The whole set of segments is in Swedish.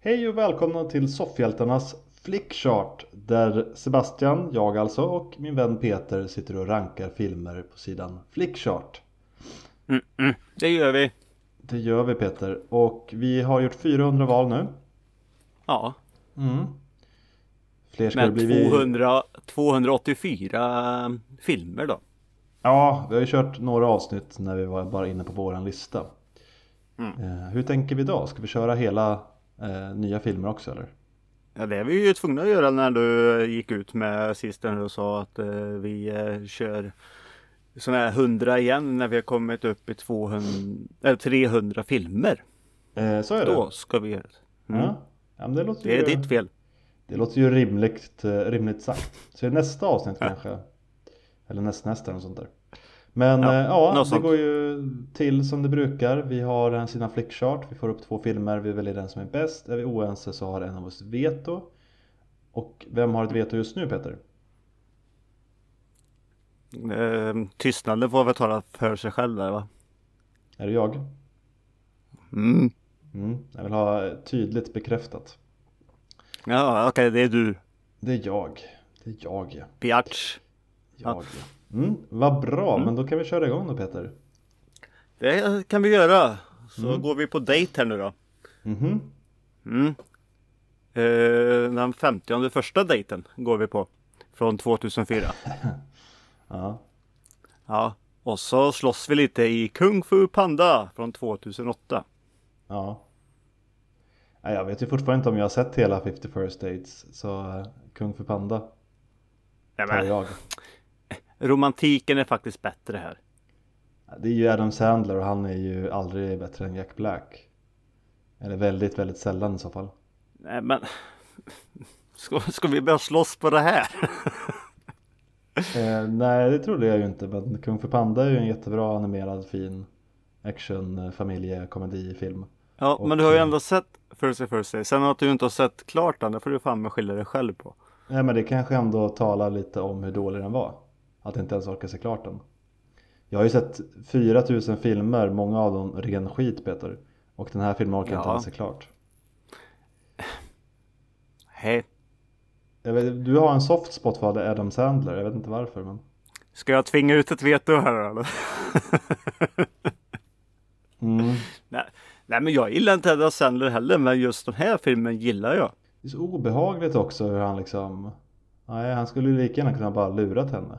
Hej och välkomna till Soffhjältarnas Flickchart där Sebastian, jag alltså, och min vän Peter sitter och rankar filmer på sidan Flickchart. Det gör vi. Det gör vi Peter, och vi har gjort 400 val nu. Ja, Fler ska det med bli. 284 filmer då. Ja, vi har ju kört några avsnitt när vi var bara inne på våran lista. Hur tänker vi då? Ska vi köra hela nya filmer också eller? Ja, det är vi ju tvungna att göra när du gick ut med sist när du sa att vi kör sådana här 100 igen när vi har kommit upp i 300 filmer. Så är det. Då ska vi göra det. Ja, men det låter Det är ju... ditt fel. Det låter ju rimligt sagt. Så är det nästa avsnitt kanske. Eller nästnästa och sånt där. Men något det sånt. går ju till som det brukar. Vi har en sina flickchart. Vi får upp 2 filmer. Vi väljer den som är bäst. Är vi oense så har en av oss veto. Och vem har ett veto just nu Peter? Tystnaden får väl tala för sig själv där, va? Är det jag? Mm. Jag vill ha tydligt bekräftat. Ja, okej, det är du. Det är jag. Ja. Piatch. Jag. Vad bra, men då kan vi köra igång då Peter. Det kan vi göra. Så går vi på dejt här nu då. Den 50:e första dejten går vi på. Från 2004. Ja. Ja. Och så slåss vi lite i Kung Fu Panda från 2008. Ja. Nej, jag vet ju fortfarande inte om jag har sett hela 50 First Dates. Så Kung Fu Panda tar jag. Romantiken är faktiskt bättre här. Det är ju Adam Sandler och han är ju aldrig bättre än Jack Black. Eller väldigt, väldigt sällan i så fall. Nej, men ska vi börja slåss på det här? Nej, det trodde jag ju inte. Men Kung Fu Panda är ju en jättebra animerad, fin action, familjekomedifilm. Ja, Och, men du har ju ändå sett First Day. Sen att du inte har sett klart den, det får du fan med skilja dig själv på. Nej, men det kanske ändå talar lite om hur dålig den var. Att inte ens orka se klart den. Jag har ju sett 4000 filmer, många av dem ren skit Peter. Och den här filmen orkar inte ens se klart. Hej. Du har en soft spot för Adam Sandler, jag vet inte varför men... Ska jag tvinga ut ett veto här eller? Nej, men jag gillar inte Adam Sandler heller, men just den här filmen gillar jag. Det är så obehagligt också hur han liksom... Nej, han skulle ju lika gärna kunna bara lurat henne.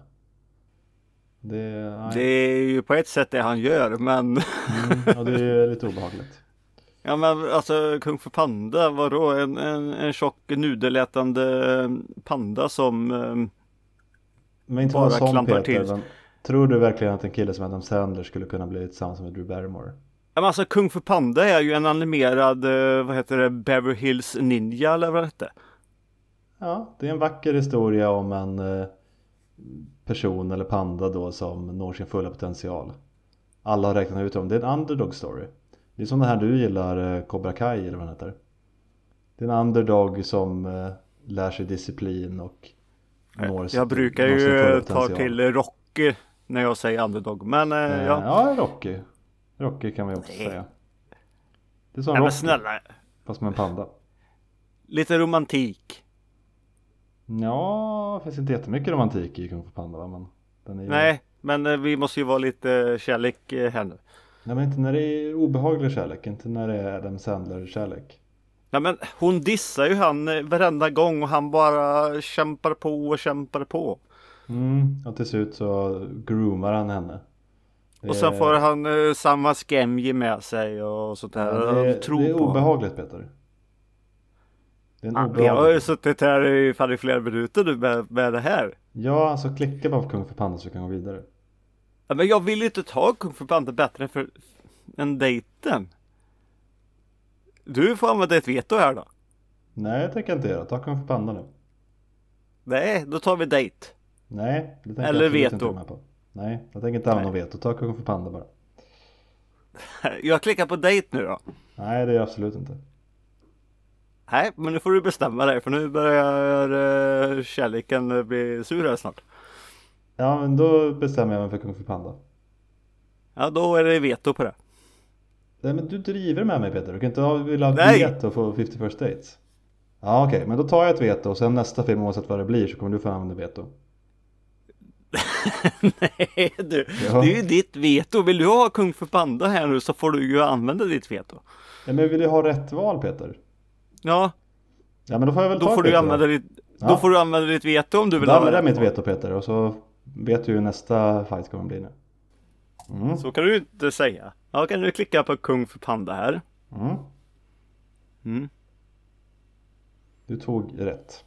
Det är ju på ett sätt det han gör, men... Ja, det är ju lite obehagligt. Ja, men alltså Kung Fu Panda, vadå? En tjock nudelätande panda som men inte bara sån klampar Peter, till. men tror du verkligen att en kille som Adam Sandler skulle kunna bli tillsammans med Drew Barrymore? Ja, men alltså Kung Fu Panda är ju en animerad, vad heter det, Beverly Hills Ninja eller vad det heter. Ja, det är en vacker historia om en person eller panda då som når sin fulla potential. Alla har räknat ut om det är en underdog story. Det är som den här du gillar, Cobra Kai eller vad den heter. Det är en underdog som lär sig disciplin och jag brukar ju ta till Rocky när jag säger underdog. Men ja, Rocky kan vi också säga. Det är som Rocky, men snälla. fast med en panda. Lite romantik. Ja, det finns inte jättemycket romantik i Kung Fu Panda, va? Men den är ju... Nej, men vi måste ju vara lite kärlek här nu. Nej, men inte när det är obehaglig kärlek, inte när det är Adam Sandler kärlek. Ja, men hon dissar ju han varenda gång och han bara kämpar på. Och till slut så groomar han henne. Och sen får han samma skämje med sig och sånt där. Ja, det är obehagligt Peter. Det är en obehaglig. Jag har ju suttit här i flera minuter nu med det här. Ja, alltså klicka bara på Kung Fu Panda så vi kan gå vidare. Ja, men jag vill inte ta Kung Fu Panda bättre för en dejten. Du får använda ett veto här då. Nej, jag tänker inte göra. Ta Kung Fu Panda nu. Nej, då tar vi dejt. Nej, det tänker eller jag veto. inte med på. Nej, jag tänker inte ha någon veto. Ta Kung Fu Panda bara. Jag klickar på dejt nu då. Nej, det är jag absolut inte. Nej, men nu får du bestämma dig. För nu börjar kärleken bli sur här snart. Ja, men då bestämmer jag mig för Kung Fu Panda. Ja, då är det veto på det. Nej, men du driver med mig, Peter. Du kan inte vilja ha Nej. veto för 50 First Dates. Ja, okej. Men då tar jag ett veto och sen nästa film, oavsett vad det blir, så kommer du få använda veto. Nej du, Ja. det är ju ditt veto. Vill du ha Kung Fu Panda här nu så får du ju använda ditt veto. Ja, men vill du ha rätt val, Peter? Ja, Ja, men då får jag väl då ta får ett du veto använda då. ditt, Ja. då får du använda ditt veto om du vill Då ha använder jag rätt mitt val. veto, Peter. Och så vet du hur nästa fight kommer bli nu. Mm. Så kan du inte säga. Ja, kan du klicka på Kung Fu Panda här. Mm. Mm. Du tog rätt.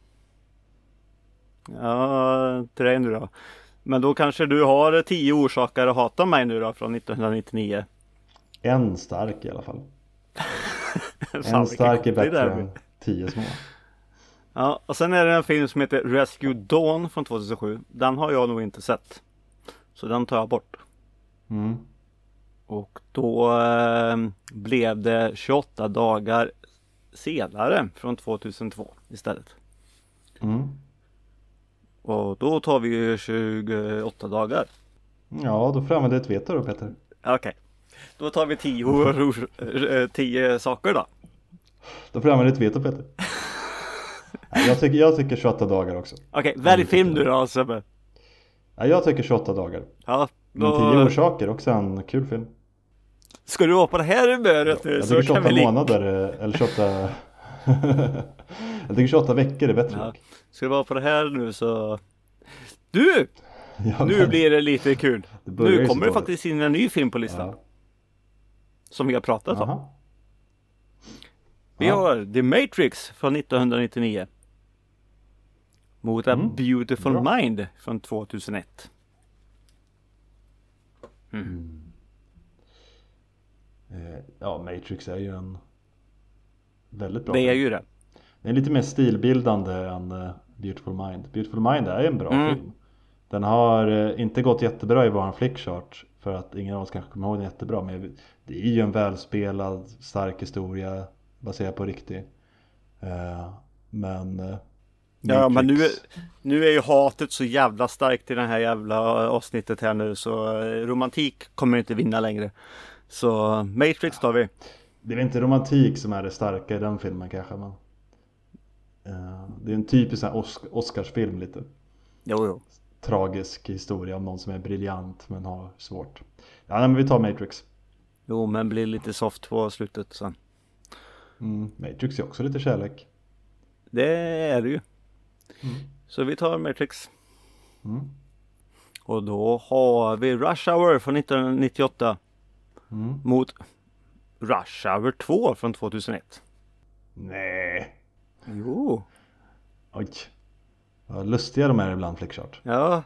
Ja, till dig nu då. Men då kanske du har 10 orsaker att hata mig nu då från 1999. En stark i alla fall. Fan, En vilken stark är koppling det bättre här än 10 små. Ja, och sen är det en film som heter Rescue Dawn från 2007. Den har jag nog inte sett. Så den tar jag bort. Mm. Och då blev det 28 dagar senare från 2002 istället. Mm. Och då tar vi ju 28 dagar. Ja, då får jag använda ett veto då, Peter. Okej. Då tar vi 10 saker då. Då får jag använda ett veto, Peter. Nej, jag tycker 28 dagar också. Okej, välj film nu då Sebbe. Nej, jag tycker 28 dagar. Ja, Men 10 då orsaker, också en kul film. ska du vara på det här humöret nu Jag så tycker kan 28 vi månader, eller 28... Jag tycker 28 veckor är bättre. Ja. Ska du vara på det här nu så... Du! Ja, Nu men- blir det lite kul. Det börjar ju Nu så kommer det dåligt. faktiskt in en ny film på listan. Ja. Som vi har pratat om. Aha. Vi Ja. har The Matrix från 1999. Mot A Beautiful bra. Mind från 2001. Ja, Matrix är ju en väldigt bra Det är film. ju det. Den är lite mer stilbildande än Beautiful Mind. Beautiful Mind är en bra film. Den har inte gått jättebra i våran flickchart, för att ingen av oss kanske kommer ihåg den jättebra. Men det är ju en välspelad, stark historia baserad på riktig. Men Ja, men Matrix- nu är ju hatet så jävla starkt i det här jävla avsnittet här nu. Så romantik kommer inte vinna längre. Så Matrix tar vi. Det är väl inte romantik som är det starka i den filmen kanske, men det är en typisk sån här Oscarsfilm lite. Jo. Tragisk historia om någon som är briljant men har svårt. Ja, men vi tar Matrix. Jo, men blir lite soft på slutet sen. Matrix är också lite kärlek. Det är det ju. Så vi tar Matrix. Och då har vi Rush Hour från 1998. Mot Rush Hour 2 från 2001. Nej. Jo. Oj. Vad lustiga de är ibland, flickchart. Ja.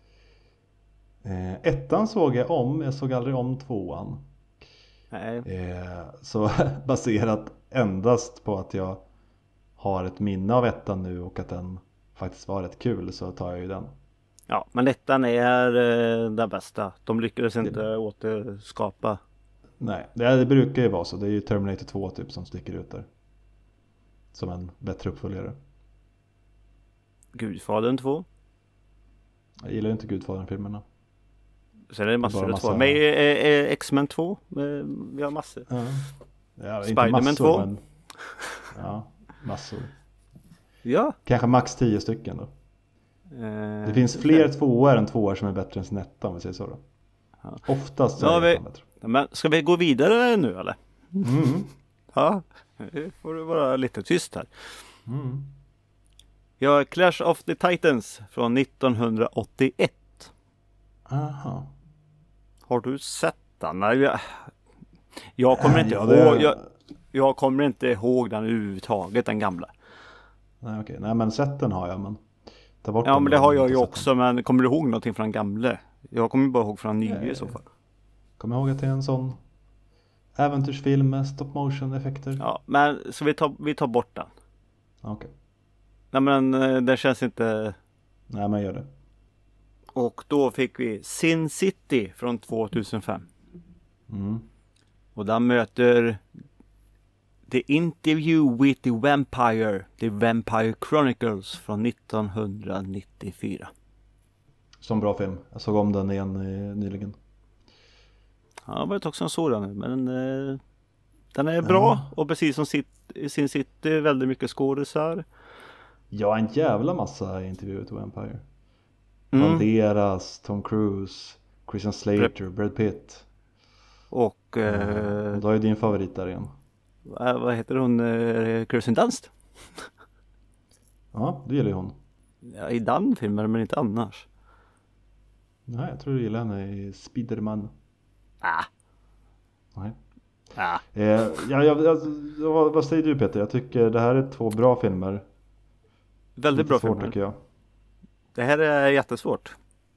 Ettan såg jag om. Jag såg aldrig om tvåan. Nej. Så baserat endast på att jag har ett minne av ettan nu och att den faktiskt var rätt kul, så tar jag ju den. Ja, men ettan är den bästa. De lyckades inte återskapa. Nej, det brukar ju vara så. Det är ju Terminator 2 typ som sticker ut där. Som en bättre uppföljare. Gudfadern 2. Jag gillar inte Gudfadern-filmerna. Sen är det massor bara av massa- 2. Men X-Men 2. Vi har massor. Ja, inte Spider-Man massor, 2. men ja, massor. Ja. Kanske max 10 stycken då. Eh, Det finns fler tvåor än tvåor som är bättre än sin etta, om vi säger så då. Oftast så Ja, är det vi- fan bättre. Men ska vi gå vidare nu eller? Mm. Ja. Nu får du vara lite tyst här. Mm. Jag har Clash of the Titans från 1981. Aha. Har du sett den? Nej, jag kommer inte Ja, det- ihåg. Jag kommer inte ihåg den överhuvudtaget, den gamla. Nej, okej. Nej, men sätten har jag, men ta bort Ja, dem men det då, har om jag inte ju sett också. Men kommer du ihåg någonting från den gamla? Jag kommer bara ihåg från den nya i så fall. dem. Kom ihåg att det är en sån äventyrsfilm med stop motion effekter. Ja, men så vi tar bort den. Okej. Nej, men den känns inte... Nej, men gör det. Och då fick vi Sin City från 2005. Mm. Och den möter The Interview with the Vampire, The Vampire Chronicles från 1994. Som bra film. Jag såg om den igen nyligen. Ja, det var ett också en sådan. Men den är bra. Och precis som Sin City väldigt mycket skådisar. Ja, en jävla massa intervjuer till Empire. Banderas, Tom Cruise, Christian Slater, Brad Pitt. Och då är din favorit där igen. Vad heter hon? Kirsten Dunst? Ja, det gillar ju hon. Ja, i den filmen, men inte annars. Nej, jag tror du gillar henne i Spiderman. Nej. Vad säger du, Peter? Jag tycker det här är 2 bra filmer. Väldigt bra svårt, filmer. tycker jag. Det här är jättesvårt.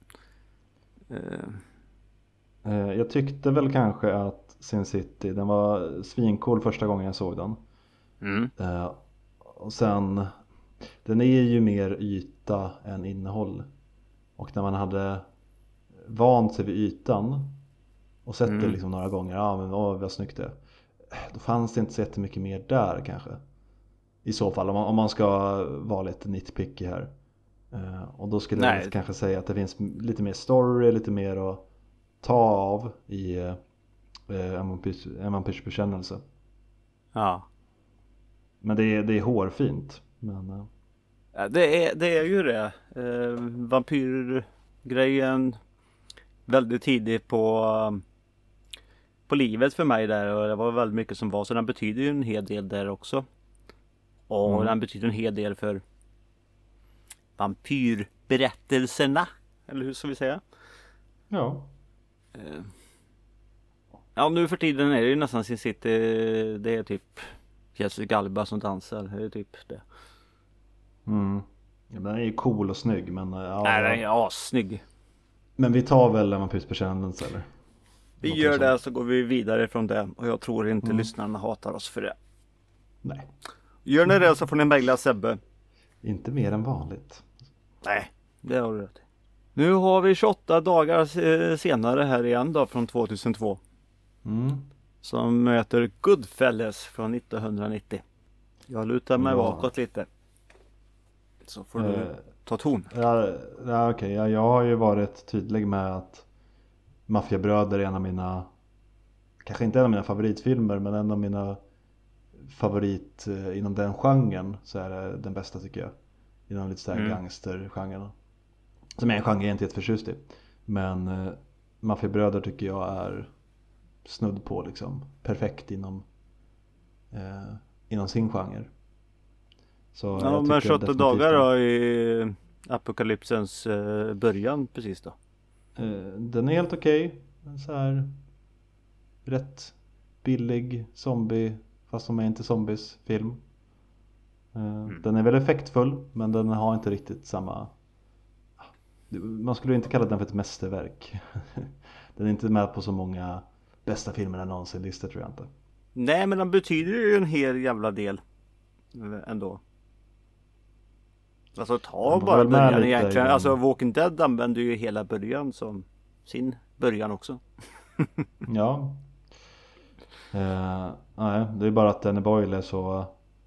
Jag tyckte väl kanske att Sin City, den var svincool första gången jag såg den. Och sen, den är ju mer yta än innehåll. Och när man hade vant sig vid ytan och sett det liksom några gånger, vad snyggt det är, då fanns det inte så jättemycket mer där kanske. I så fall, om man ska vara lite nitpicky här. Och då skulle jag kanske säga att det finns lite mer story, lite mer att ta av i En vampyrs bekännelse. Ja. Men det är hårfint. Men det är ju det. Vampyrgrejen väldigt tidigt på livet för mig där, och det var väldigt mycket som var, så den betyder ju en hel del där också. Och den betyder en hel del för vampyrberättelserna, eller hur ska vi säga? Ja. Ja, nu för tiden är det ju nästan Sin City, det är typ Jessica Alba som dansar, det är typ det. Ja, den är ju cool och snygg, men Nej, den är snygg. Men vi tar väl En vampyrs bekännelse, eller? Vi gör det, så går vi vidare från det. Och jag tror inte lyssnarna hatar oss för det. Nej. Gör ni det så får ni mejla Sebbe. Inte mer än vanligt. Nej, det har du rätt. Nu har vi 28 dagar senare här igen då, från 2002. Som möter Goodfellas från 1990. Jag lutar mig bakåt lite. Så får du ta ton. Okej. Jag har ju varit tydlig med att Maffiabröder är en av mina, kanske inte en av mina favoritfilmer, men en av mina favorit inom den genren, så är det den bästa, tycker jag. Inom lite såhär gangstergenren, som är en genre jag inte är förtjust i. Men Maffiabröder tycker jag är snudd på liksom perfekt inom sin genre. Så ja, men 28 dagar då i apokalypsens början precis då. Den är helt okej. Så här rätt billig zombie, fast de är inte zombies, film. Den är väl effektfull, men den har inte riktigt samma, man skulle inte kalla den för ett mästerverk. Den är inte med på så många bästa filmerna någonsin listor, tror jag inte. Nej, men den betyder ju en hel jävla del ändå. Alltså ta bara början egentligen. Alltså Walking Dead använder ju hela början som sin början också. Ja. Nej, det är bara att Danny Boyle är så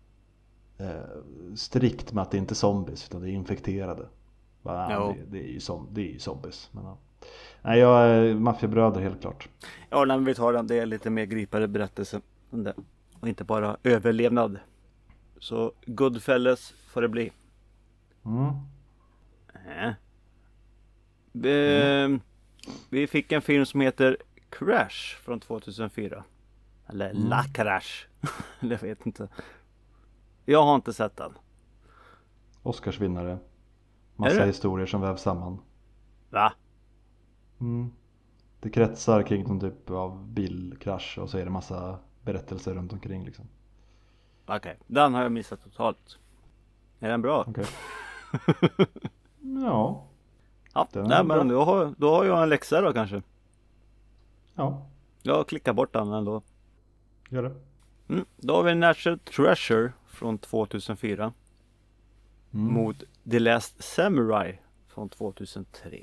strikt med att det inte är zombies, utan det är infekterade. Det är ju zombies. Men, nej, jag är Maffiabröder helt klart. Ja, när vi tar den, det är lite mer gripare berättelse än det. Och inte bara överlevnad. Så Goodfellas får det bli. Vi fick en film som heter Crash från 2004. Eller La Crash. Jag vet inte. Jag har inte sett den. Oscarsvinnare. Massa historier som vävs samman. Va? Det kretsar kring någon typ av bilkrasch, och så är det massa berättelser runt omkring liksom. Okej, den har jag missat totalt. Är den bra? Okej. Ja. Nej, men då har jag en läxa då kanske. Ja. Jag klickar bort den ändå. Gör det. Då har vi National Treasure från 2004. Mot The Last Samurai från 2003.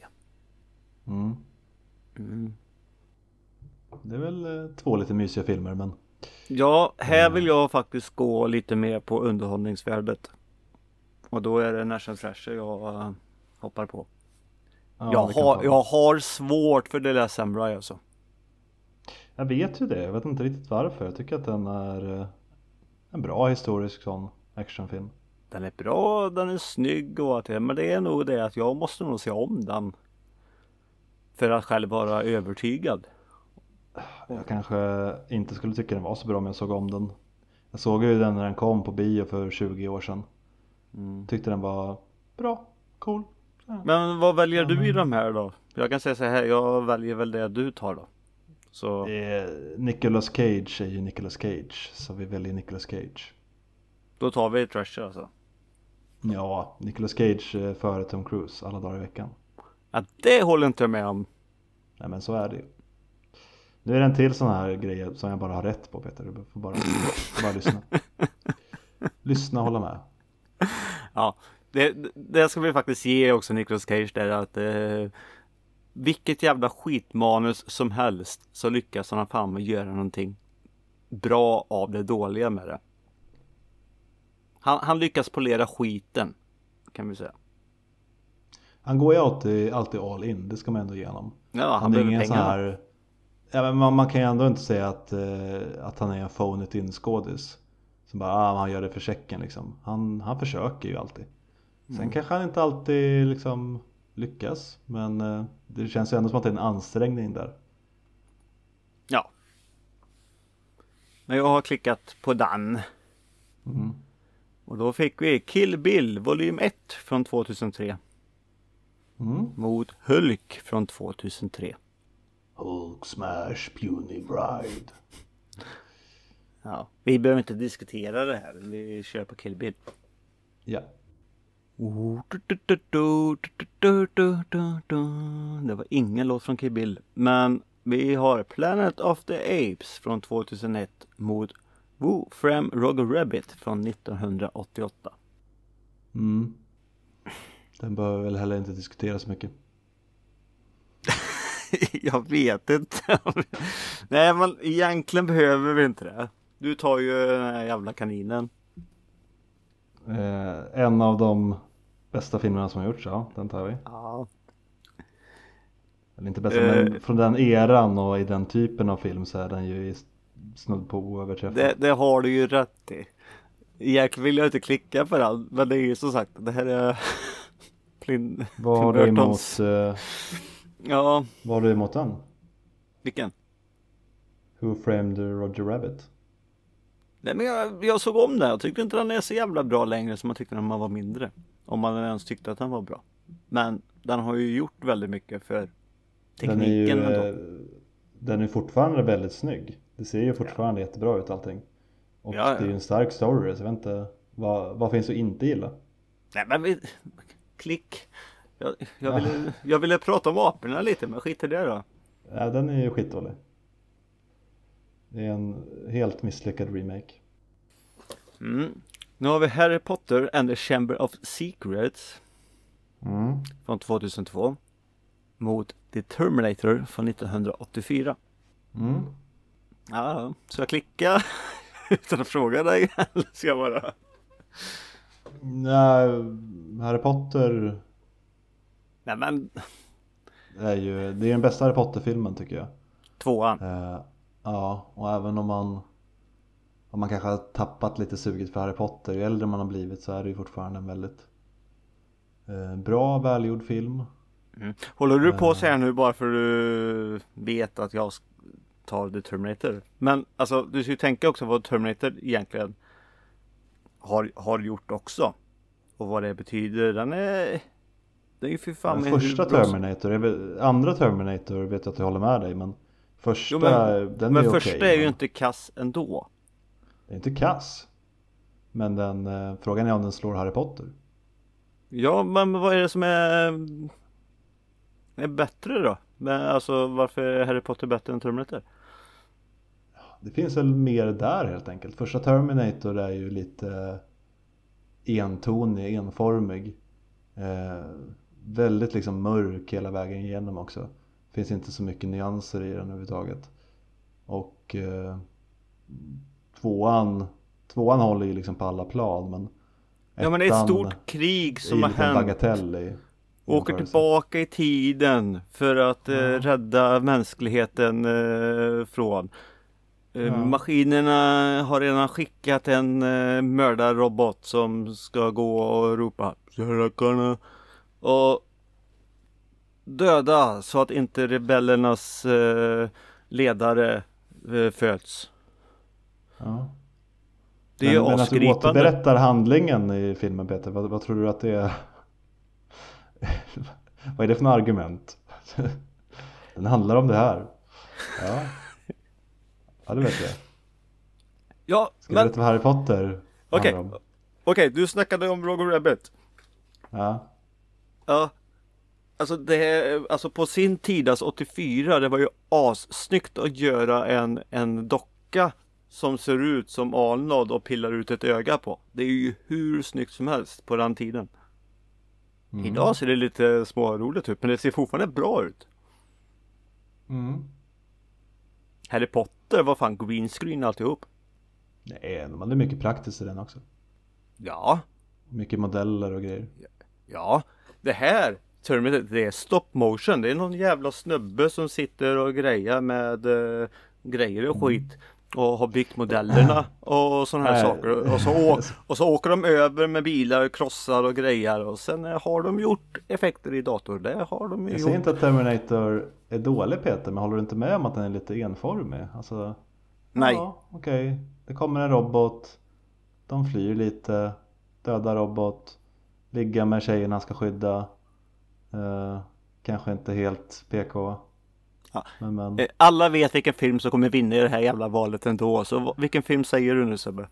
Det är väl 2 lite mysiga filmer, men ja, här vill jag faktiskt gå lite mer på underhållningsvärdet. Och då är det National Treasure jag hoppar på. Jag har svårt för The Last Samurai alltså. Jag vet ju det, jag vet inte riktigt varför. Jag tycker att den är en bra historisk sån actionfilm. Den är bra, den är snygg och allt det, men det är nog det att jag måste nog se om den. För att själv vara övertygad. Jag kanske inte skulle tycka den var så bra om jag såg om den. Jag såg ju den när den kom på bio för 20 år sedan. Tyckte den var bra, cool. Ja. Men vad väljer du i de här då? Jag kan säga så här, jag väljer väl det du tar då. Så... Nicolas Cage är ju Nicolas Cage, så vi väljer Nicolas Cage. Då tar vi Treasure alltså. Ja, Nicolas Cage före Tom Cruise alla dagar i veckan. Ja, det håller inte jag med om. Nej, men så är det ju. Nu är det en till sån här grej som jag bara har rätt på, Peter. Du får bara lyssna. Lyssna och hålla med. Ja, det ska vi faktiskt ge också Nicolas Cage där att vilket jävla skitmanus som helst så lyckas han fan med att göra någonting bra av det dåliga med det. Han lyckas polera skiten, kan vi säga. Han går ju alltid all in, det ska man ändå ge honom. Ja, han behöver pengar. Här, ja, men man kan ju ändå inte säga att han är en phone it in skådis. Som bara, han gör det för checken liksom. Han försöker ju alltid. Sen kanske han inte alltid liksom lyckas. Men det känns ju ändå som att det är en ansträngning där. Ja. Men jag har klickat på den. Och då fick vi Kill Bill volym 1 från 2003. Mot Hulk från 2003. Hulk smash puny bride. Ja, vi behöver inte diskutera det här. Vi kör på Kill Bill. Ja. Det var ingen låt från Kill Bill. Men vi har Planet of the Apes från 2001 mot Who Framed Roger Rabbit från 1988. Den behöver väl heller inte diskutera så mycket. Jag vet inte. Nej, men egentligen behöver vi inte det. Du tar ju den här jävla kaninen. En av de bästa filmerna som har gjorts, ja, den tar vi. Ja. Eller inte bästa, men från den eran och i den typen av film så är den ju snudd på oöverträffad. Det har du ju rätt i. Egentligen vill jag inte klicka på den, men det är ju som sagt, det här är Vad har du emot? Ja. Vad har du emot den? Vilken? Who Framed Roger Rabbit? Nej, men jag såg om den. Jag tyckte inte den är så jävla bra längre som man tyckte när man var mindre. Om man ens tyckte att den var bra. Men den har ju gjort väldigt mycket för tekniken. Den är fortfarande väldigt snygg. Det ser ju fortfarande jättebra ut allting. Och det är ju en stark story, så jag vet inte vad finns att inte gilla? Nej, men klick. Jag ville prata om aporna lite, men skit i det då. Ja, den är ju skitdålig. Det är en helt misslyckad remake. Nu har vi Harry Potter and the Chamber of Secrets från 2002 mot The Terminator från 1984. Ja, så jag klickar utan att fråga dig, eller ska jag bara... Nej, Harry Potter... Nej, men... Det är den bästa Harry Potter-filmen tycker jag. 2:an. Ja, och även om man kanske har tappat lite suget för Harry Potter, ju äldre man har blivit så är det ju fortfarande en väldigt bra, välgjord film. Håller du på så här nu bara för du vet att jag tar The Terminator? Men alltså, du ska ju tänka också vad Terminator egentligen har gjort också. Och vad det betyder. Det är ju för fan med första Terminator, andra Terminator vet jag att jag håller med dig, men första, den är okej. Första är ju inte kass ändå. Det är inte kass. Men frågan är om den slår Harry Potter. Ja, men vad är det som är bättre då? Men alltså, varför är Harry Potter bättre än Terminator? Det finns väl mer där helt enkelt. Första Terminator är ju lite entonig, enformig. Väldigt liksom mörk hela vägen igenom också. Finns inte så mycket nyanser i den överhuvudtaget. Och tvåan håller ju liksom på alla plan, men ja, men det är ett stort krig som har hänt. Bagatell i. åker tillbaka i tiden för att rädda mänskligheten från. Maskinerna har redan skickat en mördarrobot som ska gå och ropa och döda så att inte rebellernas ledare föds. Ja. Det är ju men asgripande. Alltså, återberättar handlingen i filmen, Peter. Vad tror du att det är? Vad är det för argument? Den handlar om det här. Ja, det vet jag. Ja, Ska du veta vad Harry Potter handlar om? Okej, du snackade om Roger Rabbit. Ja. Ja. Alltså på sin tid, alltså 84, det var ju assnyggt att göra en docka som ser ut som Arnold och pillar ut ett öga på. Det är ju hur snyggt som helst på den tiden. Idag ser det lite småroligt ut, men det ser fortfarande bra ut. Harry Potter var fan green screen alltihop. Nej, men det är mycket praktiskt i den också. Ja. Mycket modeller och grejer. Ja, det här Terminator, det är stop motion. Det är någon jävla snubbe som sitter och grejer med grejer och skit. Och har byggt modellerna och sådana här saker. Och så åker de över med bilar, krossar och grejer. Och sen har de gjort effekter i dator. Det har de ju Jag gjort. säger inte att Terminator är dålig, Peter. Men håller du inte med om att den är lite enformig? Alltså, nej. Ja, okej. Det kommer en robot. De flyr lite. Döda robot. Ligga med tjejerna ska skydda. Kanske inte helt PK. Ja. Men. Alla vet vilken film som kommer vinna i det här jävla valet ändå. Så vilken film säger du nu, Sebbe?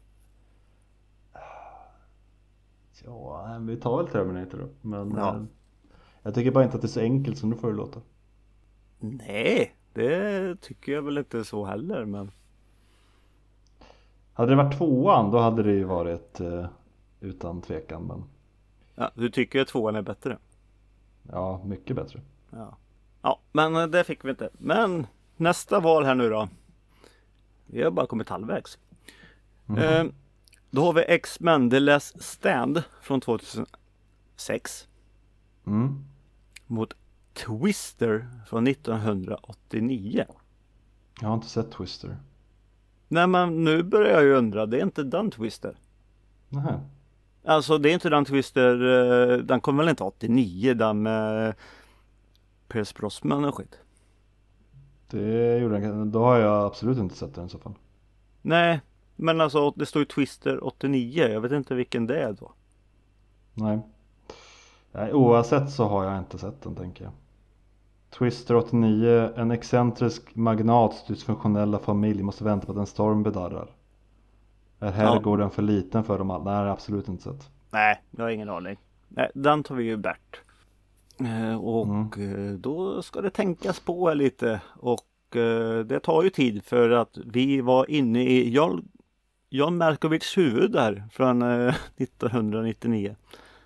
Ja, vi tar väl Terminator då. Men jag tycker bara inte att det är så enkelt som du får det låta. Nej, det tycker jag väl inte så heller. Men hade det varit tvåan, då hade det ju varit utan tvekan. Men. Ja, du tycker att tvåan är bättre? Ja, mycket bättre. Ja, men det fick vi inte. Men nästa val här nu då. Vi har bara kommit halvvägs. Då har vi X-Men The Last Stand från 2006. Mot Twister från 1989. Jag har inte sett Twister. Nej, men nu börjar jag ju undra. Det är inte den Twister. Nej. Alltså det är inte den Twister. Den kom väl inte 89. Den med Pierce Brosnan och skit. Det gjorde den. Då har jag absolut inte sett den i så fall. Nej, men alltså det står ju Twister 89. Jag vet inte vilken det är då. Nej, oavsett så har jag inte sett den, tänker jag. Twister 89. En excentrisk magnats dysfunktionella familj måste vänta på att en storm bedarrar. Är herrgården för liten för dem alla? Nej, absolut inte sett. Nej, jag har ingen aning. Nej, den tar vi ju Bert. Och då ska det tänkas på lite. Och det tar ju tid för att vi var inne i John Malkovichs huvud där från 1999.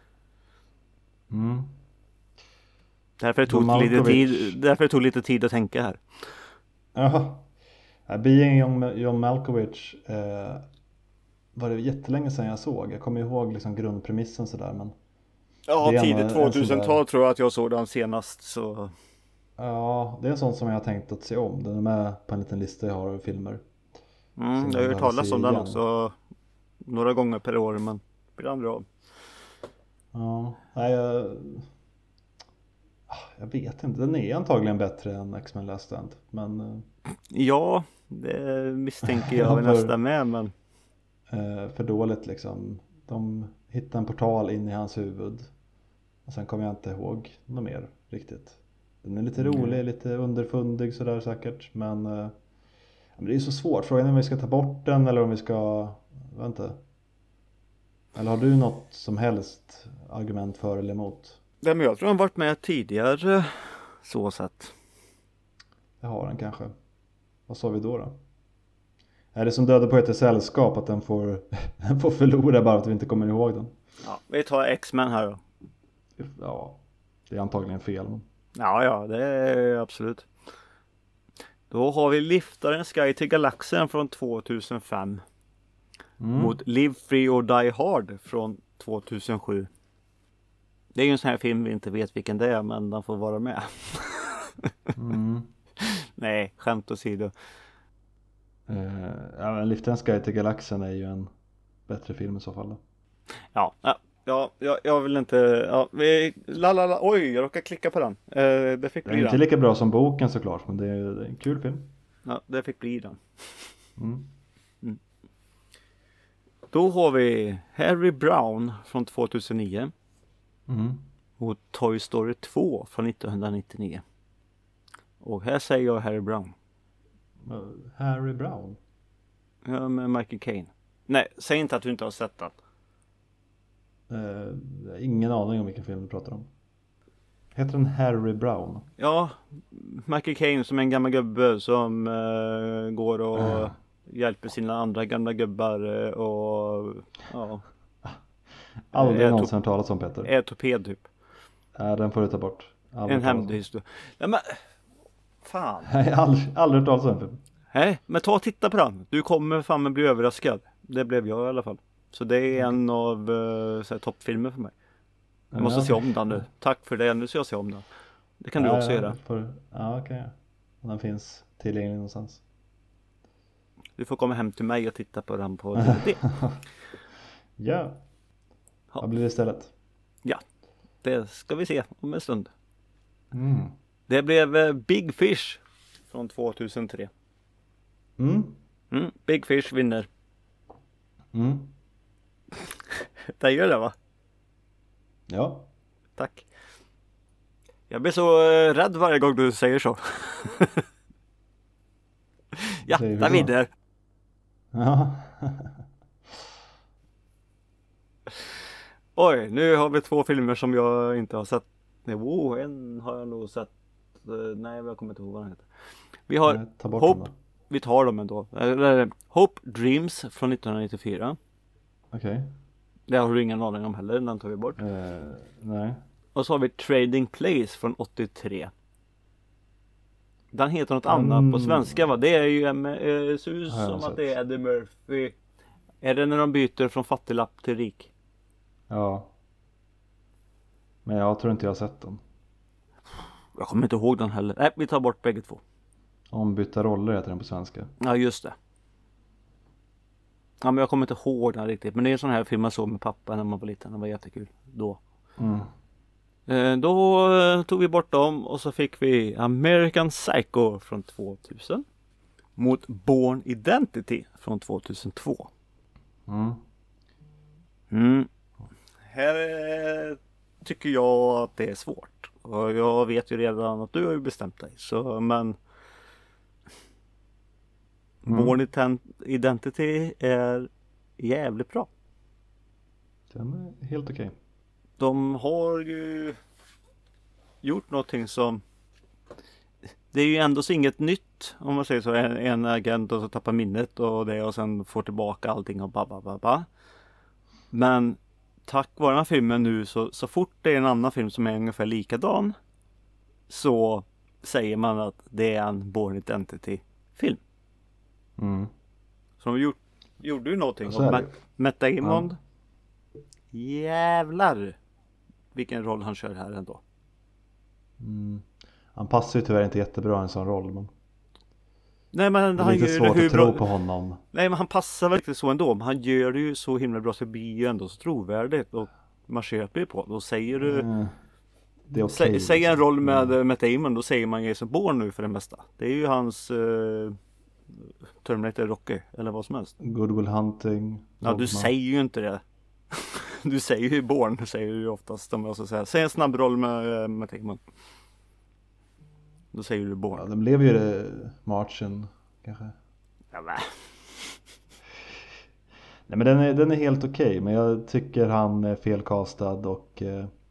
Därför det tog lite tid att tänka här. Jaha. Being John Malkovich var det jättelänge sedan jag såg. Jag kommer ihåg liksom grundpremissen sådär, men ja, tidigt 2000-tal tror jag att jag såg den senast. Så. Ja, det är en sån som jag har tänkt att se om. Den är med på en liten lista jag har av filmer. Jag har ju talat om den också några gånger per år, men ibland bra. Ja, nej, jag vet inte. Den är antagligen bättre än X-Men Last Stand, men ja, det misstänker jag väl nästan med, men för dåligt liksom. De hittar en portal in i hans huvud. Och sen kommer jag inte ihåg något mer riktigt. Den är lite rolig, lite underfundig sådär säkert. Men det är ju så svårt. Frågan är om vi ska ta bort den eller om vi ska, vänta. Eller har du något som helst argument för eller emot? Ja, men jag tror han varit med tidigare så sett. Det har den kanske. Vad sa vi då? Är det som Döda poeter sällskap att den får förlora bara för att vi inte kommer ihåg den? Ja, vi tar X-Men här då. Ja, det är antagligen fel. Men. Ja, det är absolut. Då har vi Liftaren Sky till Galaxen från 2005. Mot Live Free or Die Hard från 2007. Det är ju en sån här film vi inte vet vilken det är, men den får vara med. Mm. Nej, skämt åsido. Ja, men Liftens Guide till Galaxen är ju en bättre film i så fall då. Jag vill inte... Ja, oj, jag råkade klicka på den. Det fick Det är bli inte den. lika bra som boken såklart, men det är en kul film. Ja, det fick bli den. Mm. Då har vi Harry Brown från 2009 Mm. och Toy Story 2 från 1999. Och här säger jag Harry Brown. Harry Brown? Ja, med Michael Caine. Nej, säg inte att du inte har sett den. Ingen aning om vilken film du pratar om. Heter den Harry Brown? Ja, Michael Caine som är en gammal gubbe som går och hjälper sina andra gamla gubbar och ja. Aldrig någonsin hört talas om, Peter. Är torped typ. Den får du ta bort. En hemlig historia. Ja, men fan. Nej, aldrig hört talas om den film. Nej, men ta och titta på den. Du kommer fan bli överraskad. Det blev jag i alla fall. Så det är en av toppfilmer för mig. Jag måste se om den nu. Tack för det. Nu ska jag se om den. Det kan du också göra. Ja, okej. Den finns tillgänglig någonstans. Du får komma hem till mig och titta på den på DVD. Ja. Vad blir det istället? Ja, det ska vi se om en stund. Mm. Det blev Big Fish från 2003. Big Fish vinner. Det gör det, va? Ja. Tack. Jag blir så rädd varje gång du säger så. Ja, där vinner. Ja. Oj, nu har vi 2 filmer som jag inte har sett. Nej, en har jag nog sett. Nej, jag kommer inte ihåg vad den heter. Vi har Hope. Vi tar dem ändå. Hope Dreams från 1994. Okej. Det har du ingen aning om heller, den tar vi bort. Nej. Och så har vi Trading Place från 83. Den heter något annat på svenska, va? Det är ju ser ut som att det är Eddie Murphy. Är det när de byter från fattiglapp till rik? Ja. Men jag tror inte jag har sett den. Jag kommer inte ihåg den heller. Nej, vi tar bort bägge två. Ombytta roller heter den på svenska. Ja, just det. Ja, men jag kommer inte ihåg den riktigt. Men det är en sån här film jag såg med pappa när man var liten. Det var jättekul då. Då tog vi bort dem och så fick vi American Psycho från 2000 mot Born Identity från 2002. Här tycker jag att det är svårt. Och jag vet ju redan att du har ju bestämt dig. Så, men Born Identity är jävligt bra. Den är helt okej. De har ju gjort någonting som... Det är ju ändå så inget nytt, om man säger så. En agent och så tappar minnet och det och sen får tillbaka allting och ba. Men tack vare den här filmen nu så fort det är en annan film som är ungefär likadan så säger man att det är en Born Identity-film. Så de gjorde ju någonting. Och Matt Damon, jävlar vilken roll han kör här ändå. Han passar ju tyvärr inte jättebra i en sån roll, men nej, men det är lite svårt att tro på honom. Nej, men han passar väl inte så ändå. Men han gör det ju så himla bra så det blir ju ändå så trovärdigt. Och man köper ju på. Då säger du det är okej, säg en roll med Matt Damon, då säger man Jason Bourne nu för det mesta. Det är ju hans Terminator Rocky eller vad som helst. Good Will Hunting. Ja, du säger ju inte det. Du säger ju Bourne, du säger ju oftast om jag ska säga. Säg en snabb roll med Matt Damon. Då säger du Bourne. Ja, den blev ju det Marchen kanske. Ja, men. Nej, men den är helt okej, men jag tycker han är felkastad och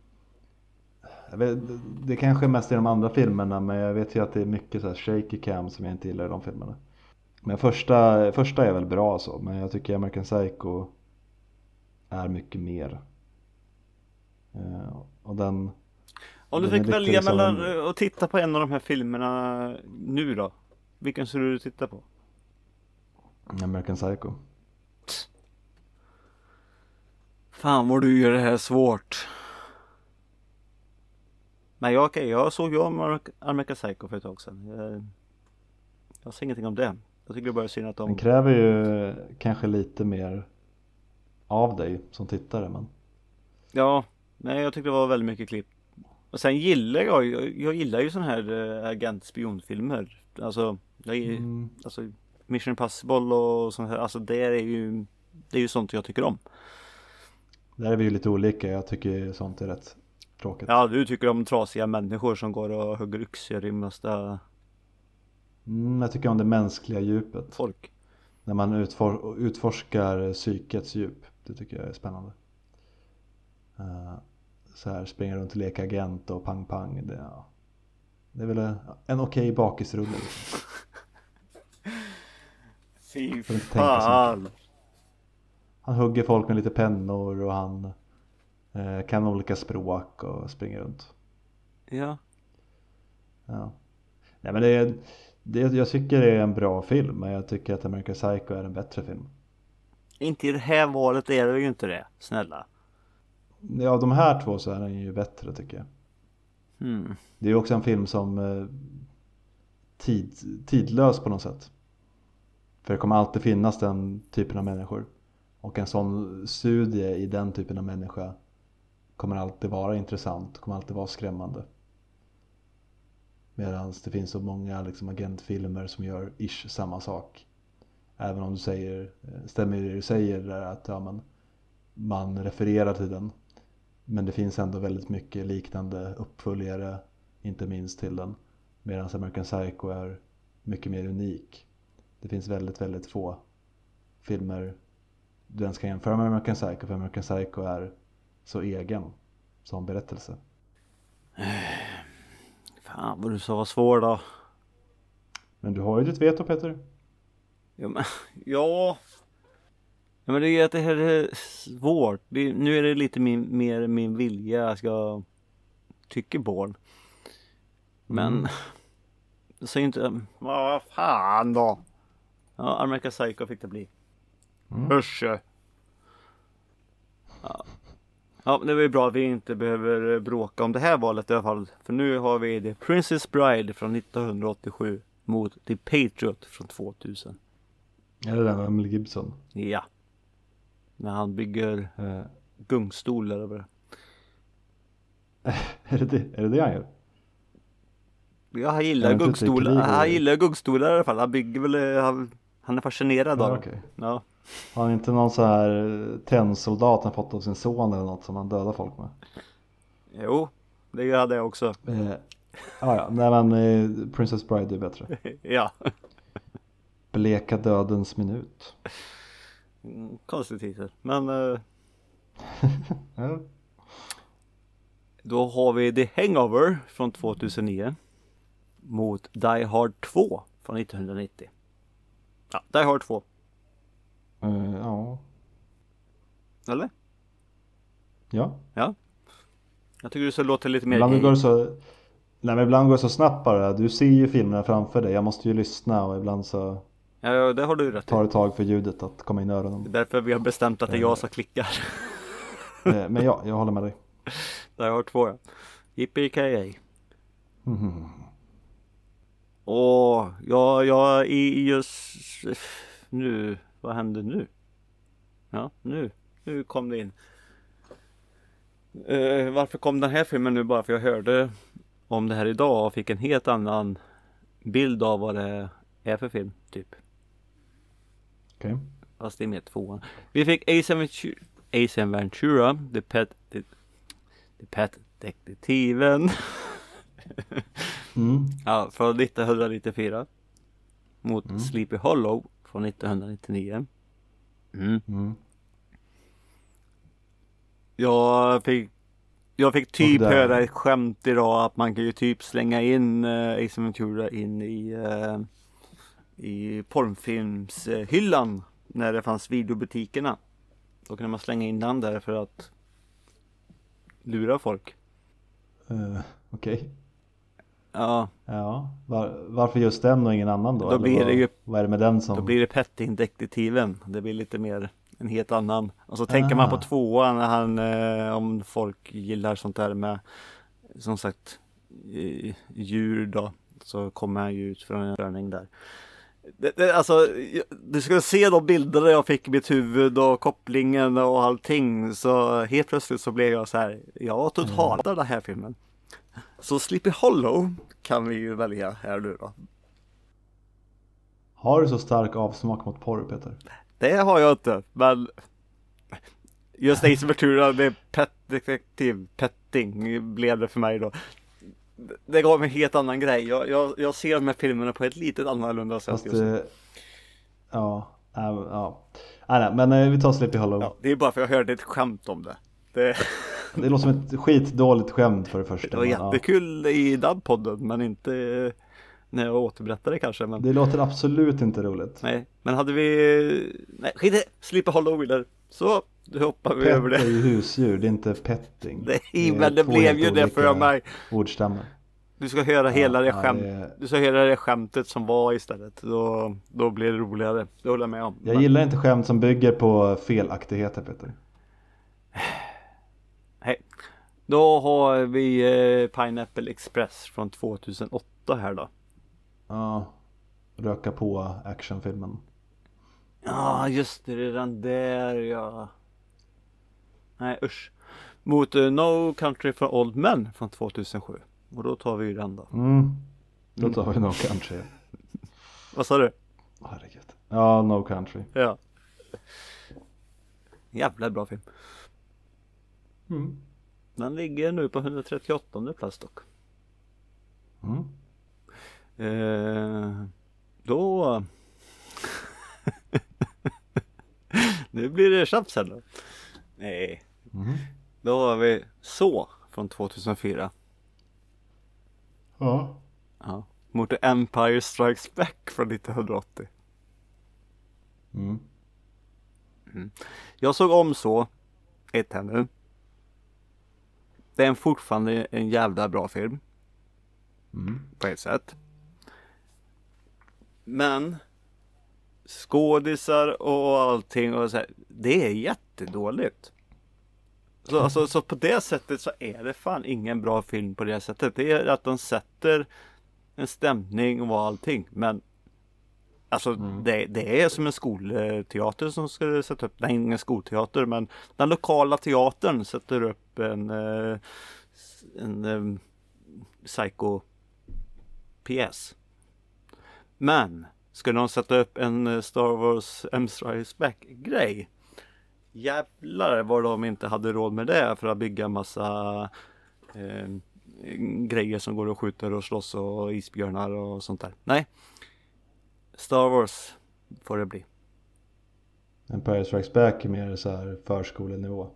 det kanske mest i de andra filmerna, men jag vet ju att det är mycket så här shaky cam som jag inte gillar i de filmerna. Men första är väl bra så, men jag tycker American Psycho är mycket mer. Och den... Om du fick välja mellan att titta på en av de här filmerna nu då, vilken skulle du titta på? American Psycho. Fan vad du gör det här svårt. Men jag såg ju om American Psycho för ett tag sedan. Jag ser ingenting om det. Jag tycker det bara är synd att Den kräver ju kanske lite mer av dig som tittare, men... Ja, nej, jag tyckte det var väldigt mycket klipp. Och sen gillar jag gillar ju sån här agent-spionfilmer. Alltså, alltså Mission Impossible och sånt här. Alltså det är ju sånt jag tycker om. Där är vi ju lite olika. Jag tycker sånt är rätt tråkigt. Ja, du tycker om trasiga människor som går och hugger yxor i mesta Jag tycker om det mänskliga djupet. folk. När man utforskar psykets djup. Det tycker jag är spännande. Så här springa runt och leka agent och pang. Det är väl en okej bakisrulle. Liksom. Fy fan. Han hugger folk med lite pennor och han kan olika språk och springer runt. Ja. Nej, men jag tycker det är en bra film, men jag tycker att American Psycho är en bättre film. Inte i det här valet är det ju inte det, snälla. Ja, de här två så är den ju bättre tycker jag. Det är också en film som tidlös på något sätt. För det kommer alltid finnas den typen av människor. Och en sån studie i den typen av människa kommer alltid vara intressant, kommer alltid vara skrämmande. Medan det finns så många liksom agentfilmer som gör samma sak. Även om du stämmer det du säger där att man refererar till den. Men det finns ändå väldigt mycket liknande uppföljare, inte minst till den. Medan American Psycho är mycket mer unik. Det finns väldigt, väldigt få filmer du ens kan jämföra med American Psycho. För American Psycho är så egen som berättelse. Fan vad du sa var svår då. Men du har ju ditt veto, Peter. Ja, men det är att det här är svårt. Nu är det lite mer min vilja jag ska tycka på. Men så inte, vad fan då. Ja, American Psycho fick det bli. Hörse. Ja, det var ju bra att vi inte behöver bråka om det här valet i alla fall. För nu har vi The Princess Bride från 1987 mot The Patriot från 2000. Är det den med Mel Gibson? Ja. När han bygger gungstolar över. Är det han gör? Ja, han gillar gungstolar. Han gillar gungstolar i alla fall. Han bygger väl, han är fascinerad av. Okay. Ja. Har han inte någon så här tennsoldat han fått av sin son eller något som han dödar folk med? Jo, det gör det också. Ja, nej men Princess Bride är bättre. Ja. Bleka dödens minut. Konstig titel. Men då har vi The Hangover från 2009 mot Die Hard 2 från 1990. Ja, Die Hard 2. Ja. Eller? Ja. Ja. Jag tycker det så låter lite mer... Ibland går det så snabbt bara. Du ser ju filmerna framför dig. Jag måste ju lyssna och ibland så... Ja, det har du rätt i. Tar ett tag för ljudet att komma in i öronen. Det är därför vi har bestämt att det är jag som klickar. Men ja, jag håller med dig. Die Hard 2, ja. Yippee-ki-yay. Och jag i just nu, vad hände nu? Ja, nu kom det in. Varför kom den här filmen nu? Bara för jag hörde om det här idag och fick en helt annan bild av vad det är för film, typ. Okej. Okay. Fast det är med tvåan. Vi fick Ace Ventura, The Pet Detektiven. Ja, från 1994 mot Sleepy Hollow från 1999. Jag fick typ höra ett skämt idag att man kan ju typ slänga in Ace Ventura in i porrfilmshyllan när det fanns videobutikerna. Då kunde man slänga in den där för att lura folk. Okej. Ja. Varför just den och ingen annan då? Då blir det ju, vad är det med den som... Då blir det Petting-detektiven. Det blir lite mer en helt annan. Och så tänker man på tvåan när han, om folk gillar sånt där med, som sagt, djur då. Så kommer han ju ut från en körning där. Alltså, du ska se de bilderna jag fick i mitt huvud och kopplingen och allting. Så helt plötsligt så blev jag så här, jag hatar den här filmen. Så Sleepy Hollow kan vi ju välja här nu då. Har du så stark avsmak mot porr, Peter? Det har jag inte, men just Ace Ventura med detektiv petting blev det för mig då. Det gav mig en helt annan grej. Jag ser de här filmerna på ett litet annorlunda sätt. Fast, Nej, men vi tar Sleepy Hollow. Ja, det är bara för jag hörde ett skämt om det. Det låter som ett skitdåligt skämt för det första. Det var jättekul i den podden, men inte när jag återberättade det kanske. Men... Det låter absolut inte roligt. Nej, men hade vi... Nej, skit i Sleepy Hollow Wheeler. Så, då hoppar vi över det. Pet är ju husdjur, det är inte petting. Nej, men det blev ju det för mig. Ordstämmer. Du ska höra hela det Du ska höra det skämtet som var istället. Då blir det roligare. Det håller jag med om. Jag gillar inte skämt som bygger på felaktigheter, Peter. Hej. Då har vi Pineapple Express från 2008 här då. Ja, röka på actionfilmen. Ja, just det, redan där, ja. Nej, usch. Mot No Country for Old Men från 2007. Och då tar vi ju den då. Då tar vi No Country. Vad sa du? Herregud. Ja, No Country. Ja. Jävla bra film. Den ligger nu på 138 plats dock. Då nu blir det tjafs här då. Nej. Då har vi Så från 2004. Ja. Mot The Empire Strikes Back från 1980. Jag såg om Så ett här nu. Det är fortfarande en jävla bra film. På ett sätt. Men skådisar och allting och så här, det är jättedåligt. Så på det sättet så är det fan ingen bra film på det sättet. Det är att de sätter en stämning och allting. Men alltså det är som en skolteater som ska sätta upp. Nej, ingen skolteater, men den lokala teatern sätter upp en psycho-pjäs. Men ska de sätta upp en Star Wars Empire Strikes Back-grej? Jävlar vad de inte hade råd med det för att bygga massa grejer som går och skjuter och slåss och isbjörnar och sånt där. Nej. Star Wars får det bli. Empire Strikes Back är mer så här förskolenivå.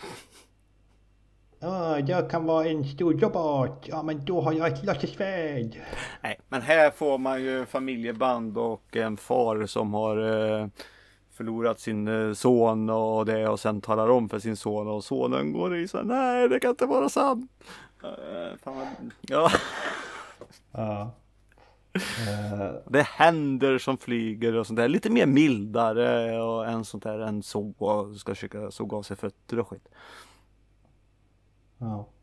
Ja, jag kan vara en stor robot. Ja, men då har jag ett lasersvärd. Nej, men här får man ju familjeband och en far som har förlorat sin son och det, och sen talar om för sin son, och sonen går i så här, nej, det kan inte vara sant. Ja. Det händer som flyger och sånt där, lite mer mildare och en sånt där än så, och ska försöka såga av sig fötter och skit. Ja.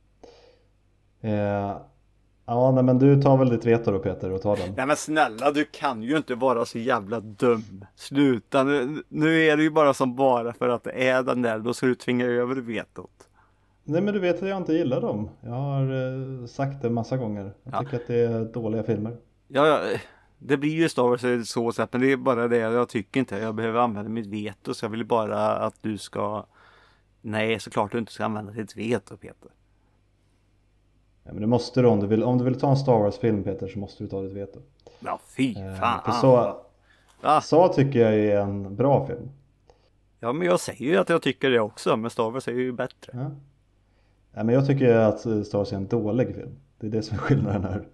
Ja, nej, men du tar väl ditt veto då, Peter, och tar den. Nej, men snälla, du kan ju inte vara så jävla dum. Sluta, nu är det ju bara som bara för att det är den där, då ska du tvinga över vetot. Nej, men du vet att jag inte gillar dem. Jag har sagt det massa gånger. Jag tycker att det är dåliga filmer. Ja, det blir ju Star Wars så sätt, men det är bara det jag tycker inte. Jag behöver använda mitt veto, så jag vill bara att du ska... Nej, såklart du inte ska använda ditt veto, Peter. Ja, men det måste du om du vill ta en Star Wars-film, Peter, så måste du ta ditt veto. Ja, fy fan. För så tycker jag är en bra film. Ja, men jag säger ju att jag tycker det också, men Star Wars är ju bättre. Ja. Ja, men jag tycker att Star Wars är en dålig film. Det är det som är skillnaden här.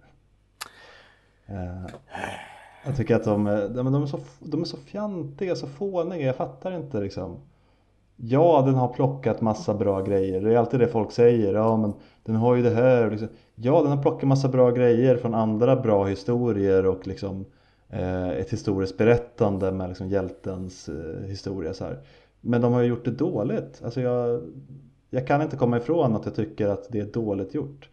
Jag tycker att de är så fjantiga, så fåniga. Jag fattar inte liksom. Ja, den har plockat massa bra grejer. Det är alltid det folk säger. Ja, men den har ju det här liksom. Ja, den har plockat massa bra grejer från andra bra historier och liksom ett historiskt berättande med liksom hjältens historia så här. Men de har ju gjort det dåligt. Alltså jag kan inte komma ifrån att jag tycker att det är dåligt gjort.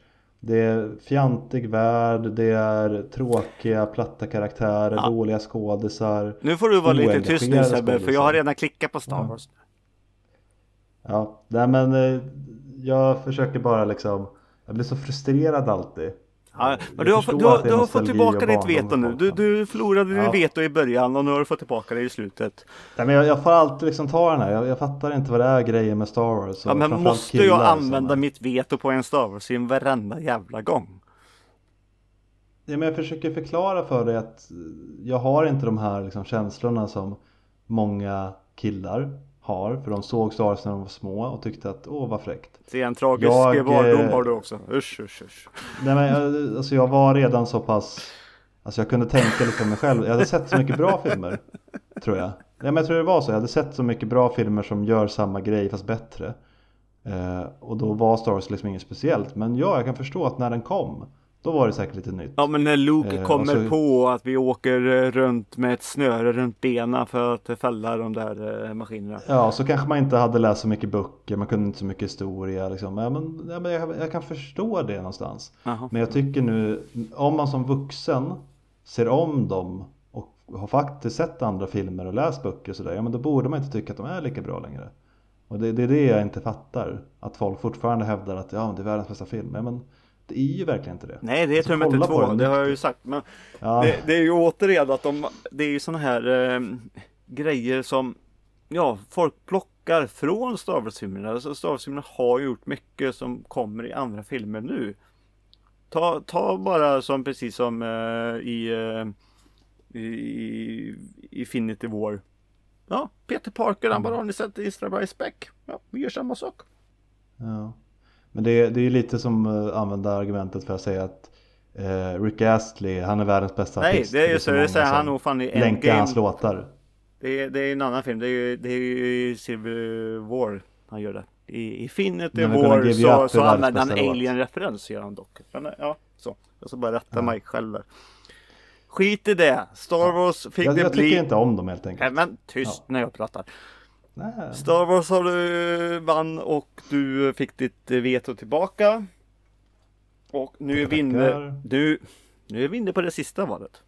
Det är fjantig värld, det är tråkiga, platta karaktärer, dåliga skådisar. Nu får du vara lite tyst nu Sebbe, för jag har redan klickat på Star Wars. Ja, nej men jag försöker bara liksom, jag blir så frustrerad alltid. Ja, men du har fått tillbaka ditt veto nu. Du förlorade ditt veto i början och nu har du fått tillbaka det i slutet. Nej, men jag får alltid liksom ta den här. Jag fattar inte vad det är grejen med Star Wars. Ja, men måste jag använda mitt veto på en Star Wars-film varenda jävla gång? Ja, men jag försöker förklara för dig att jag har inte de här liksom känslorna som många killar har. För de såg Star Wars när de var små och tyckte att vad fräckt. Se, en tragisk vardom har du också. Usch. Nej, men alltså jag var redan så pass, alltså jag kunde tänka lite om mig själv. Jag hade sett så mycket bra filmer, tror jag. Ja, men jag tror det var så. Jag hade sett så mycket bra filmer som gör samma grej fast bättre. Och då var Star Wars liksom inget speciellt. Men ja, jag kan förstå att när den kom, då var det säkert lite nytt. Ja, men när Luke kommer på att vi åker runt med ett snöre runt benen för att fälla de där maskinerna. Ja, så kanske man inte hade läst så mycket böcker, man kunde inte så mycket historia liksom. Ja, men jag kan förstå det någonstans. Aha. Men jag tycker nu, om man som vuxen ser om dem och har faktiskt sett andra filmer och läst böcker och sådär, ja men då borde man inte tycka att de är lika bra längre. Och det är det jag inte fattar. Att folk fortfarande hävdar att det är världens bästa film. Ja, men det är ju verkligen inte det. Nej, det är Terminator 2, det har jag ju sagt. Men det är ju återigen att det är ju såna här grejer som folk plockar från Star Wars-filmerna. Alltså, Star Wars-filmerna har gjort mycket som kommer i andra filmer nu. Ta bara som precis som i Infinity War. Ja, Peter Parker, han bara har ni sett i Star Wars Spec. Ja, vi gör samma sak. Ja. Men det är ju lite som använda argumentet för att säga att Rick Astley, han är världens bästa artist. Nej, det är ju så, det säger han nog fan i Endgame. Hans låtar. Det är en annan film, det är ju i Civil War han gör det. I Infinity War så använder han Alien-referens, gör han dock. Men, ja, så. Jag ska bara rätta mig själv där. Skit i det. Star Wars fick det bli... Jag tycker inte om dem helt enkelt. Nej, men tyst när jag pratar. Nej. Star Wars har du vann och du fick ditt veto tillbaka. Och nu är vi inne på det sista valet.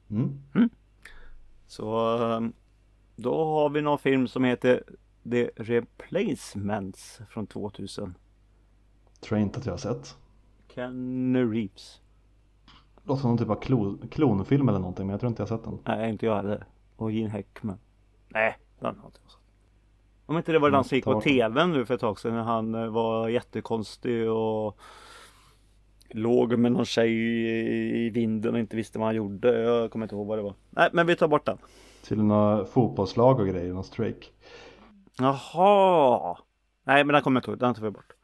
Så då har vi någon film som heter The Replacements från 2000. Tror inte att jag har sett. Keanu Reeves. Låter som någon typ av klonfilm eller någonting, men jag tror inte jag har sett den. Nej, inte jag heller. Och Gene Hackman. Nej, den har inte jag sett. Om inte det var den som gick på tvn nu för ett tag sedan när han var jättekonstig och låg med någon tjej i vinden och inte visste vad han gjorde. Jag kommer inte ihåg vad det var. Nej, men vi tar bort den. Till några fotbollslag och grejer, någon streak. Jaha. Nej, men den kommer jag inte ihåg. Den tar vi bort.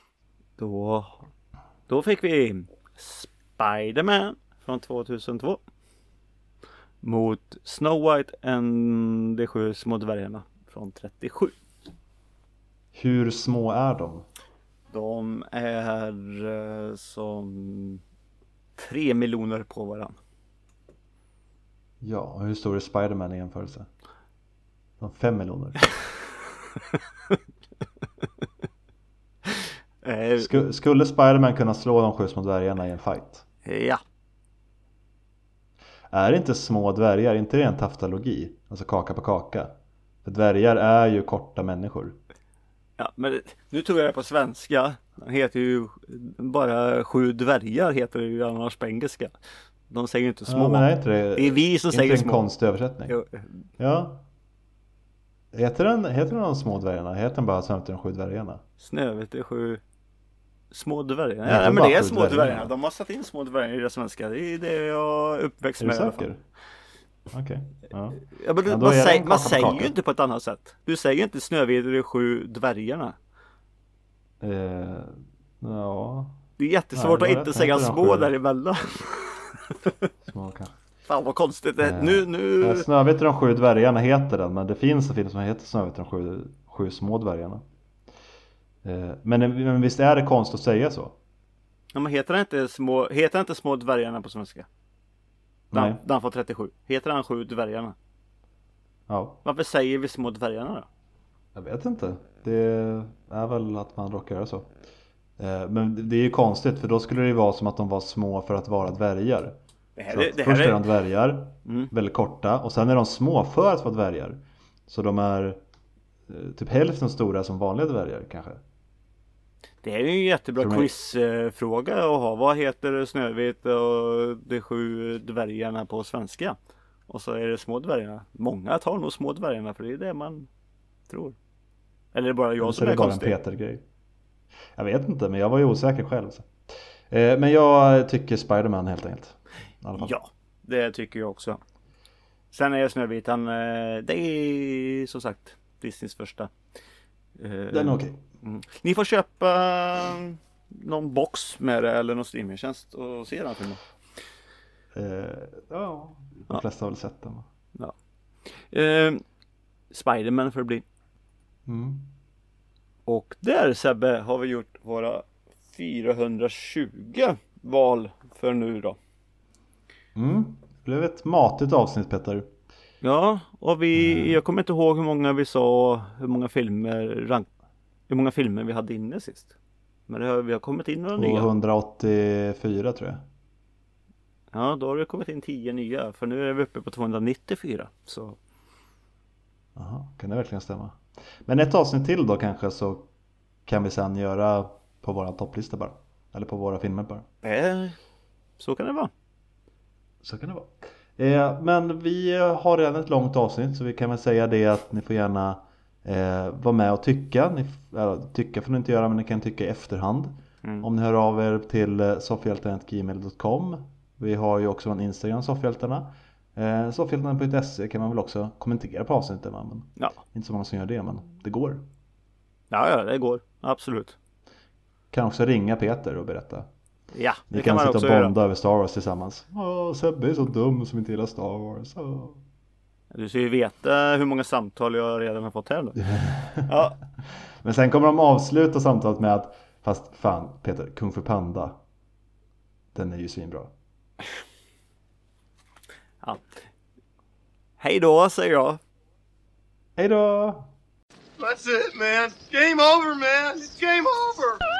Då fick vi Spider-Man från 2002 mot Snow White and de 7 små dvärgarna från 37. Hur små är de? De är som 3 miljoner på varann. Ja, och hur stor är Spider-Man i jämförelse? De 5 miljoner. Skulle Spider-Man kunna slå de 7 små dvärgarna i en fight? Ja. Är det inte små dvärgar, inte det en taftologi? Alltså kaka på kaka. För dvärgar är ju korta människor. Ja, men nu tog jag det på svenska. Det heter ju bara 7 dvärgar heter det ju annars på engelska. De säger ju inte små. Ja, men är inte det är vi som säger små. Det är en konstig översättning. Jo. Ja. Heter den de små dvärgarna? Heter den bara Snövit och de 7 dvärgarna? Snövit och 7 små dvärgar. Ja, men det är små dvärgar. De har satt in små dvärgar i det svenska. Det är det jag är uppväxt med i alla fall. Okej. Ja. Ja, men man säger ju inte på ett annat sätt. Du säger ju inte Snövit och de 7 dvärgarna. Ja. Det är jättesvårt att inte säga små däremellan. Små kanske. Fan vad konstigt det nu. Snövit och de 7 dvärgarna heter den. Men det finns en film som heter Snövit och de 7 små dvärgarna. Men visst är det konstigt att säga så? Ja, men heter inte små dvärgarna på svenska? Den får 37. Heter han 7 dvärgarna? Ja. Varför säger vi små dvärgarna då? Jag vet inte. Det är väl att man råkar göra så. Men det är ju konstigt, för då skulle det ju vara som att de var små för att vara dvärgar. Först är de dvärgar, väldigt korta, och sen är de små för att vara dvärgar. Så de är typ hälften stora som vanliga dvärgar kanske. Det är ju en jättebra quizfråga att ha. Vad heter Snövit och de 7 dvärgarna på svenska? Och så är det små dvärgarna. Många tar nog små dvärgarna, för det är det man tror. Eller är det bara jag som är konstig? Det är bara en Peter-grej. Jag vet inte, men jag var ju osäker själv. Så. Men jag tycker Spider-Man helt enkelt. Ja, det tycker jag också. Sen är Snövit, det är som sagt Disneys första. Den är okej. Ni får köpa någon box med det eller någon streamingtjänst och se den filmen. Ja, de flesta har väl sett den. Ja. Spider-Man får det bli. Och där, Sebbe, har vi gjort våra 420 val för nu då. Det blev ett matigt avsnitt, Peter. Ja, och jag kommer inte ihåg hur många vi sa, hur många filmer vi hade inne sist. Men vi har kommit in några nya. 284 tror jag. Ja, då har det kommit in 10 nya. För nu är vi uppe på 294. Så. Jaha, kan det verkligen stämma? Men ett avsnitt till då kanske, så kan vi sen göra på våra topplista bara. Eller på våra filmer bara. Så kan det vara. Så kan det vara. Men vi har redan ett långt avsnitt, så vi kan väl säga det att ni får gärna vara med och tycka. Tycka får ni inte göra, men ni kan tycka i efterhand. Om ni hör av er till soffhjältarna@gmail.com. Vi har ju också en Instagram, Soffhjältarna. Soffhjältarna.se kan man väl också kommentera på avsnittet. Men inte så många som gör det, men det går. Ja, det går. Absolut. Kan också ringa Peter och berätta. Ja, det ni kan man sitta också och bonda över Star Wars tillsammans. Sebbe är så dum som inte gillar Star Wars. Du ska ju veta hur många samtal jag redan har fått här då. Ja. Men sen kommer de avsluta samtalet med att fast fan Peter, Kung Fu Panda, den är ju svinbra. Ja. Hej då, säger jag. Hej då. That's it, man. Game over, man. It's game over.